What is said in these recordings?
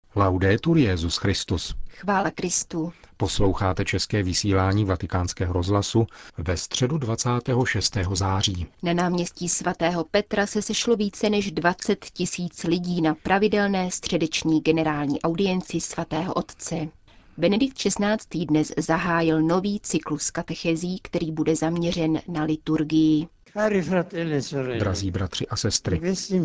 Laudetur Jesus Christus. Chvála Kristu. Posloucháte české vysílání Vatikánského rozhlasu ve středu 26. září. Na náměstí svatého Petra se sešlo více než 20 000 lidí na pravidelné středeční generální audienci svatého otce. Benedikt XVI. Dnes zahájil nový cyklus katechezí, který bude zaměřen na liturgii. Drazí bratři a sestry,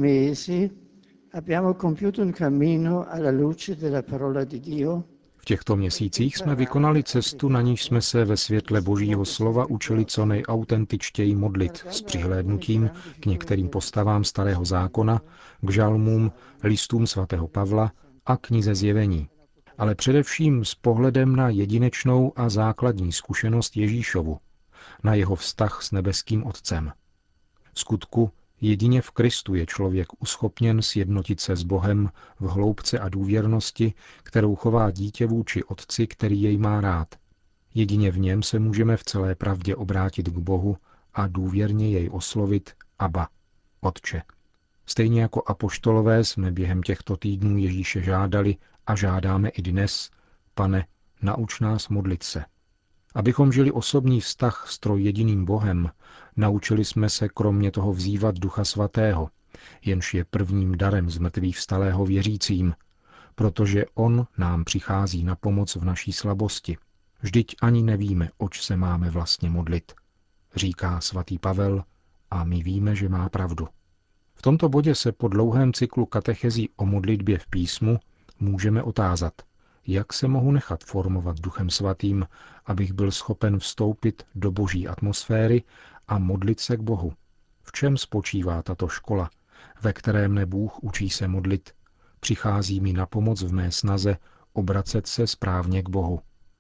v těchto měsících jsme vykonali cestu, na níž jsme se ve světle Božího slova učili co nejautentičtěji modlit s přihlédnutím k některým postavám Starého zákona, k žalmům, listům svatého Pavla a knize Zjevení. Ale především s pohledem na jedinečnou a základní zkušenost Ježíšovu, na jeho vztah s nebeským Otcem. Vskutku, jedině v Kristu je člověk uschopněn sjednotit se s Bohem v hloubce a důvěrnosti, kterou chová dítě vůči Otci, který jej má rád. Jedině v něm se můžeme v celé pravdě obrátit k Bohu a důvěrně jej oslovit Abba, Otče. Stejně jako apoštolové jsme během těchto týdnů Ježíše žádali a žádáme i dnes: Pane, nauč nás modlit se. Abychom žili osobní vztah s trojjediným Bohem, naučili jsme se kromě toho vzývat Ducha Svatého, jenž je prvním darem zmrtvýchvstalého věřícím, protože on nám přichází na pomoc v naší slabosti. Vždyť ani nevíme, oč se máme vlastně modlit, říká svatý Pavel, a my víme, že má pravdu. V tomto bodě se po dlouhém cyklu katechezí o modlitbě v písmu můžeme otázat, jak se mohu nechat formovat Duchem Svatým, abych byl schopen vstoupit do boží atmosféry a modlit se k Bohu. V čem spočívá tato škola, ve které mne Bůh učí se modlit, přichází mi na pomoc v mé snaze obracet se správně k Bohu.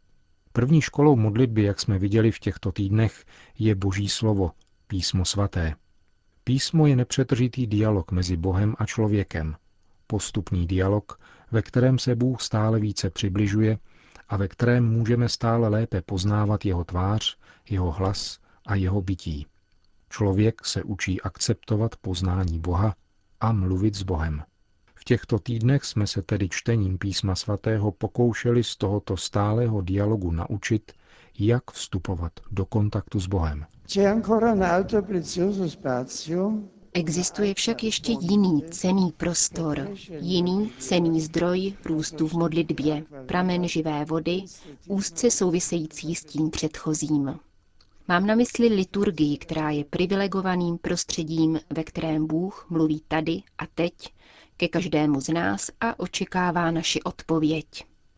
První školou modlitby, jak jsme viděli v těchto týdnech, je Boží slovo, Písmo svaté. Písmo je nepřetržitý dialog mezi Bohem a člověkem. Postupný dialog, ve kterém se Bůh stále více přibližuje a ve kterém můžeme stále lépe poznávat jeho tvář, jeho hlas a jeho bytí. Člověk se učí akceptovat poznání Boha a mluvit s Bohem. V těchto týdnech jsme se tedy čtením Písma svatého pokoušeli z tohoto stálého dialogu naučit, jak vstupovat do kontaktu s Bohem. Existuje však ještě jiný cenný prostor, jiný cenný zdroj růstu v modlitbě, pramen živé vody, úzce související s tím předchozím. Mám na mysli liturgii, která je privilegovaným prostředím, ve kterém Bůh mluví tady a teď ke každému z nás a očekává naši odpověď.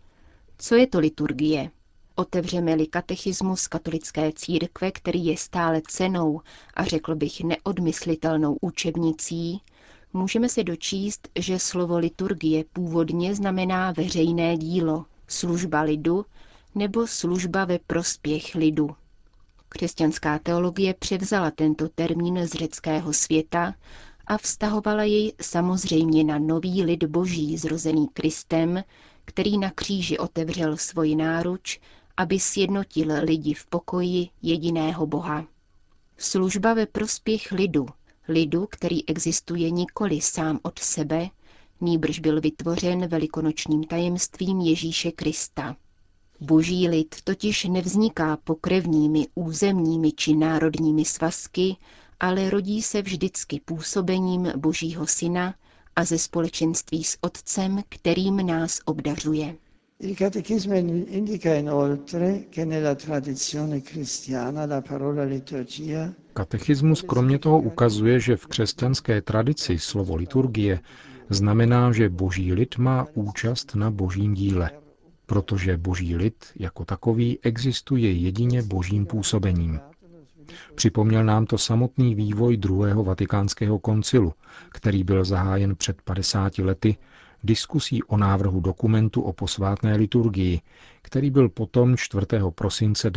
Co je to liturgie? Otevřeme-li katechismus katolické církve, který je stále cennou a řekl bych neodmyslitelnou učebnicí, můžeme se dočíst, že slovo liturgie původně znamená veřejné dílo, služba lidu nebo služba ve prospěch lidu. Křesťanská teologie převzala tento termín z řeckého světa a vztahovala jej samozřejmě na nový lid boží zrozený Kristem, který na kříži otevřel svoji náruč, aby sjednotil lidi v pokoji jediného Boha. Služba ve prospěch lidu, který existuje nikoli sám od sebe, nýbrž byl vytvořen velikonočním tajemstvím Ježíše Krista. Boží lid totiž nevzniká pokrevními, územními či národními svazky, ale rodí se vždycky působením Božího Syna a ze společenství s Otcem, kterým nás obdařuje. Il catechismo indica inoltre che nella tradizione cristiana la parola liturgia. Katechismus kromě toho ukazuje, že v křesťanské tradici slovo liturgie znamená, že boží lid má účast na božím díle, protože boží lid jako takový existuje jedině božím působením. Připomněl nám to samotný vývoj druhého vatikánského koncilu, který byl zahájen před 50 lety diskusí o návrhu dokumentu o posvátné liturgii, který byl potom 4. prosince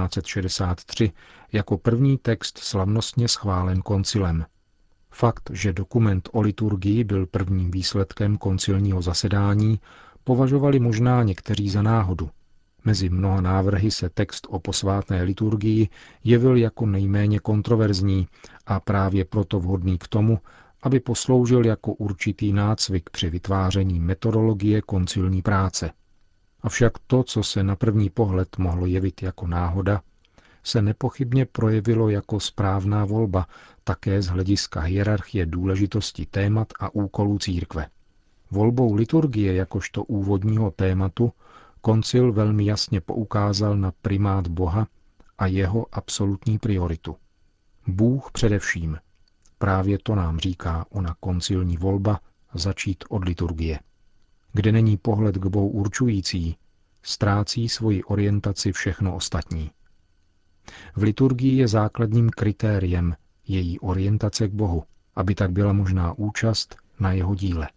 1963 jako první text slavnostně schválen koncilem. Fakt, že dokument o liturgii byl prvním výsledkem koncilního zasedání, považovali možná někteří za náhodu. Mezi mnoha návrhy se text o posvátné liturgii jevil jako nejméně kontroverzní a právě proto vhodný k tomu, aby posloužil jako určitý nácvik při vytváření metodologie koncilní práce. Avšak to, co se na první pohled mohlo jevit jako náhoda, se nepochybně projevilo jako správná volba také z hlediska hierarchie důležitosti témat a úkolů církve. Volbou liturgie jakožto úvodního tématu koncil velmi jasně poukázal na primát Boha a jeho absolutní prioritu. Bůh především. Právě to nám říká ona koncilní volba začít od liturgie. Kde není pohled k Bohu určující, ztrácí svoji orientaci všechno ostatní. V liturgii je základním kritériem její orientace k Bohu, aby tak byla možná účast na jeho díle.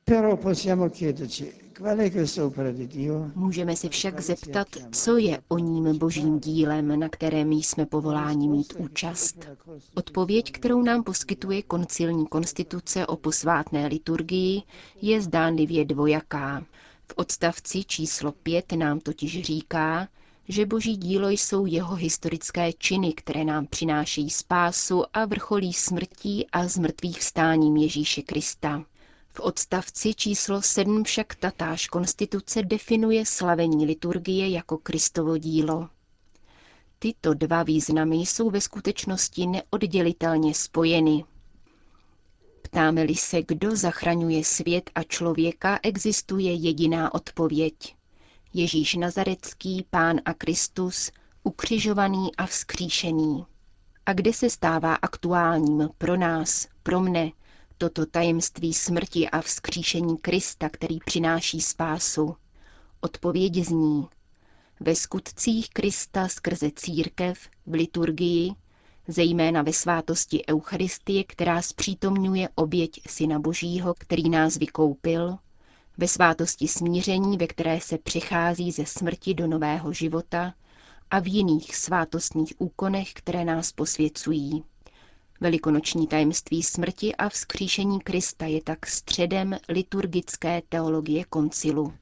Můžeme se však zeptat, co je o ním božím dílem, na kterém jsme povoláni mít účast. Odpověď, kterou nám poskytuje koncilní konstituce o posvátné liturgii, je zdánlivě dvojaká. V odstavci číslo 5 nám totiž říká, že boží dílo jsou jeho historické činy, které nám přinášejí spásu a vrcholí smrtí a zmrtvých vstáním Ježíše Krista. V odstavci číslo 7 však tatáž konstituce definuje slavení liturgie jako Kristovo dílo. Tyto dva významy jsou ve skutečnosti neoddělitelně spojeny. Ptáme-li se, kdo zachraňuje svět a člověka, existuje jediná odpověď. Ježíš Nazarecký, Pán a Kristus, ukřižovaný a vzkříšený. A kde se stává aktuálním pro nás, pro mne, toto tajemství smrti a vzkříšení Krista, který přináší spásu? Odpověď zní: ve skutcích Krista skrze církev, v liturgii, zejména ve svátosti Eucharistie, která zpřítomňuje oběť Syna Božího, který nás vykoupil, ve svátosti smíření, ve které se přechází ze smrti do nového života, a v jiných svátostních úkonech, které nás posvěcují. Velikonoční tajemství smrti a vzkříšení Krista je tak středem liturgické teologie koncilu.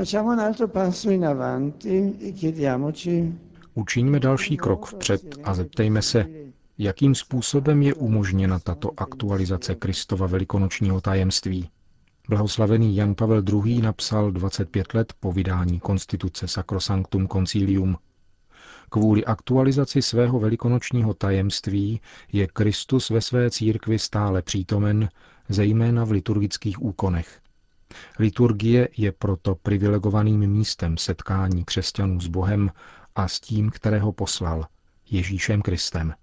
Učiňme další krok vpřed a zeptejme se, jakým způsobem je umožněna tato aktualizace Kristova velikonočního tajemství. Blahoslavený Jan Pavel II. Napsal 25 let po vydání konstituce Sacrosanctum Concilium. Kvůli aktualizaci svého velikonočního tajemství je Kristus ve své církvi stále přítomen, zejména v liturgických úkonech. Liturgie je proto privilegovaným místem setkání křesťanů s Bohem a s tím, kterého poslal, Ježíšem Kristem.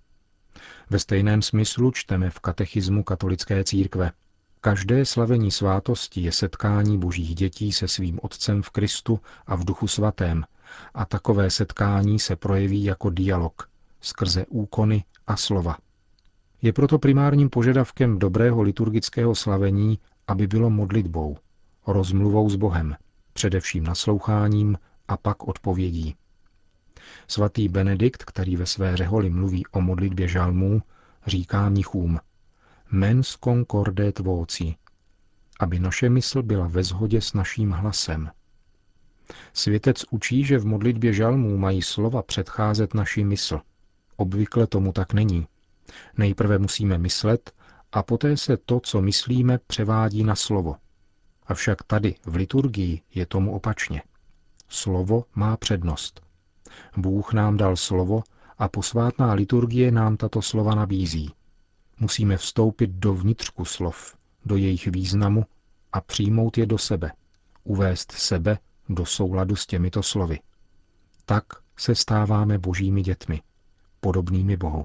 Ve stejném smyslu čteme v katechismu katolické církve: každé slavení svátosti je setkání božích dětí se svým Otcem v Kristu a v Duchu Svatém, a takové setkání se projeví jako dialog, skrze úkony a slova. Je proto primárním požadavkem dobrého liturgického slavení, aby bylo modlitbou, rozmluvou s Bohem, především nasloucháním a pak odpovědí. Svatý Benedikt, který ve své řeholi mluví o modlitbě žalmů, říká mnichům: mens concordet voci, aby naše mysl byla ve shodě s naším hlasem. Světec učí, že v modlitbě žalmů mají slova předcházet naši mysl. Obvykle tomu tak není. Nejprve musíme myslet a poté se to, co myslíme, převádí na slovo. Avšak tady, v liturgii, je tomu opačně. Slovo má přednost. Bůh nám dal slovo a posvátná liturgie nám tato slova nabízí. Musíme vstoupit do vnitřku slov, do jejich významu a přijmout je do sebe, uvést sebe do souladu s těmito slovy. Tak se stáváme božími dětmi, podobnými Bohu.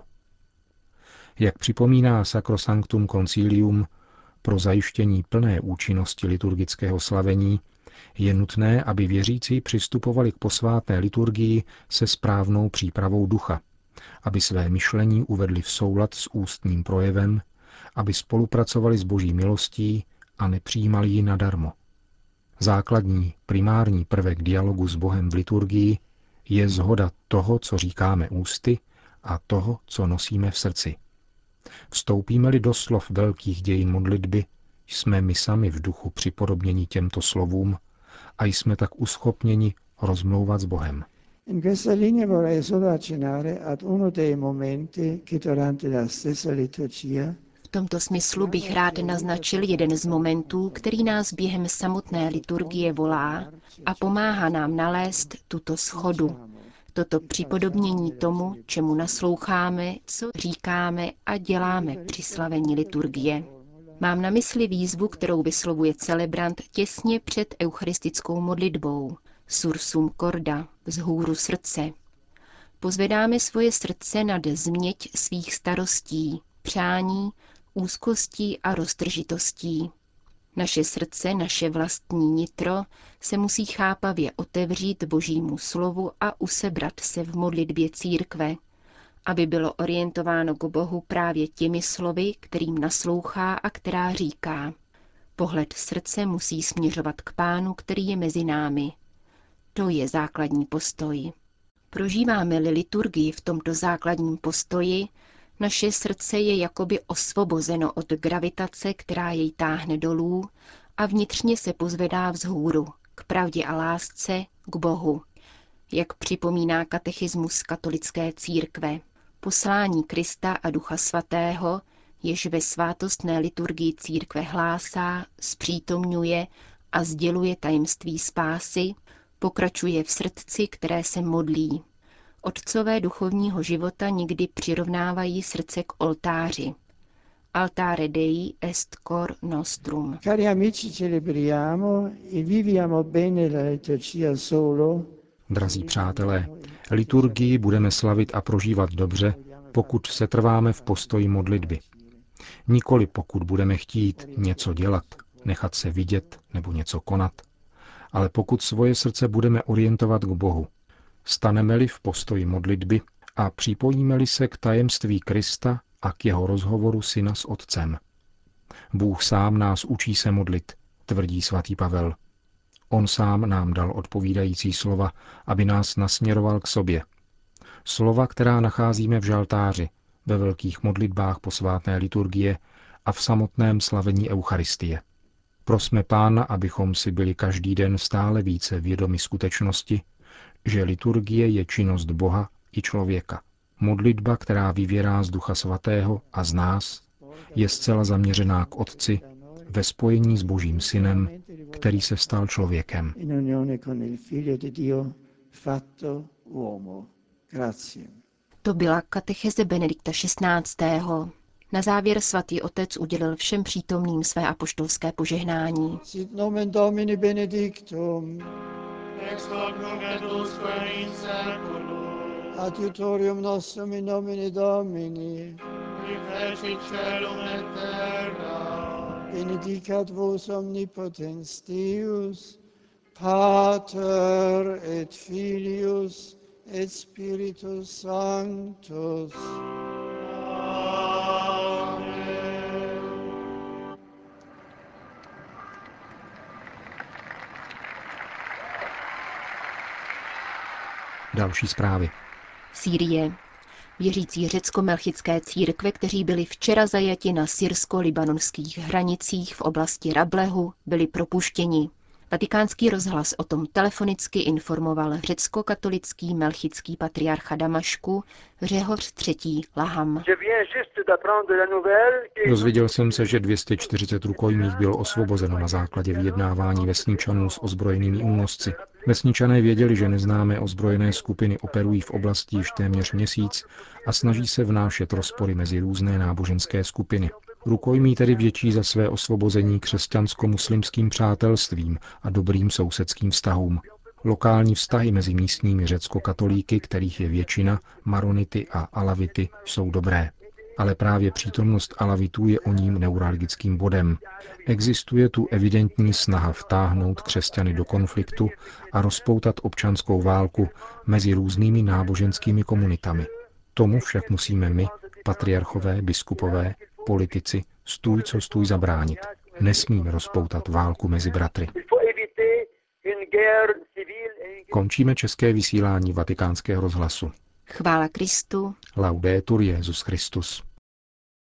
Jak připomíná Sacrosanctum Concilium, pro zajištění plné účinnosti liturgického slavení je nutné, aby věřící přistupovali k posvátné liturgii se správnou přípravou ducha, aby své myšlení uvedli v soulad s ústním projevem, aby spolupracovali s boží milostí a nepřijímali ji nadarmo. Základní, primární prvek dialogu s Bohem v liturgii je shoda toho, co říkáme ústy, a toho, co nosíme v srdci. Vstoupíme-li do slov velkých dějin modlitby, jsme my sami v duchu připodobněni těmto slovům a jsme tak uschopněni rozmlouvat s Bohem. In questa linea vorrei solo accennare ad uno dei momenti che durante la stessa liturgia V tomto smyslu bych rád naznačil jeden z momentů, který nás během samotné liturgie volá a pomáhá nám nalézt tuto shodu, toto připodobnění tomu, čemu nasloucháme, co říkáme a děláme při slavení liturgie. Mám na mysli výzvu, kterou vyslovuje celebrant těsně před eucharistickou modlitbou, sursum corda, vzhůru srdce. Pozvedáme svoje srdce nad změť svých starostí, přání, úzkostí a roztržitostí. Naše srdce, naše vlastní nitro se musí chápavě otevřít Božímu slovu a usebrat se v modlitbě církve, aby bylo orientováno k Bohu právě těmi slovy, kterým naslouchá a která říká. Pohled srdce musí směřovat k Pánu, který je mezi námi. To je základní postoj. Prožíváme-li liturgii v tomto základním postoji, naše srdce je jakoby osvobozeno od gravitace, která jej táhne dolů, a vnitřně se pozvedá vzhůru, k pravdě a lásce, k Bohu. Jak připomíná katechismus katolické církve, poslání Krista a Ducha Svatého, jež ve svátostné liturgii církve hlásá, zpřítomňuje a sděluje tajemství spásy, pokračuje v srdci, které se modlí. Otcové duchovního života někdy přirovnávají srdce k oltáři. Altare Dei est cor nostrum. Cari amici, celebriamo e viviamo bene la liturgia solo. Drazí přátelé, liturgii budeme slavit a prožívat dobře, pokud se trváme v postoji modlitby. Nikoli pokud budeme chtít něco dělat, nechat se vidět nebo něco konat, ale pokud svoje srdce budeme orientovat k Bohu. Staneme-li v postoji modlitby a připojíme-li se k tajemství Krista a k jeho rozhovoru syna s Otcem. Bůh sám nás učí se modlit, tvrdí svatý Pavel. On sám nám dal odpovídající slova, aby nás nasměroval k sobě. Slova, která nacházíme v žaltáři, ve velkých modlitbách posvátné liturgie a v samotném slavení Eucharistie. Prosme Pána, abychom si byli každý den stále více vědomi skutečnosti, že liturgie je činnost Boha i člověka. Modlitba, která vyvěrá z Ducha Svatého a z nás, je zcela zaměřená k Otci ve spojení s Božím Synem, který se stal člověkem. To byla katecheze Benedikta XVI. Na závěr svatý otec udělil všem přítomným své apoštolské požehnání. Sit nomen Domini benedictum. Ex hoc nunc et usque in seculum. Adiutorium nostrum in nomine Domini. Qui fecit caelum et terra. Benedicat vos omnipotens Deus, Pater et Filius et Spiritus Sanctus. Další zprávy. Sýrie. Věřící řecko-melchické církve, kteří byli včera zajati na syrsko-libanonských hranicích v oblasti Rablehu, byli propuštěni. Vatikánský rozhlas o tom telefonicky informoval řecko-katolický melchický patriarcha Damašku Řehoř III. Laham. Dozvěděl jsem se, že 240 rukojmích bylo osvobozeno na základě vyjednávání vesničanů s ozbrojenými únosci. Vesničané věděli, že neznámé ozbrojené skupiny operují v oblasti již téměř měsíc a snaží se vnášet rozpory mezi různé náboženské skupiny. Rukojmí tedy vděčí za své osvobození křesťansko-muslimským přátelstvím a dobrým sousedským vztahům. Lokální vztahy mezi místními řecko-katolíky, kterých je většina, maronity a alavity, jsou dobré. Ale právě přítomnost alavitů je o ním neuralgickým bodem. Existuje tu evidentní snaha vtáhnout křesťany do konfliktu a rozpoutat občanskou válku mezi různými náboženskými komunitami. Tomu však musíme my, patriarchové, biskupové, politici, stůj co stůj zabránit. Nesmíme rozpoutat válku mezi bratry. Končíme české vysílání Vatikánského rozhlasu. Chvála Kristu. Laudetur Jesus Christus.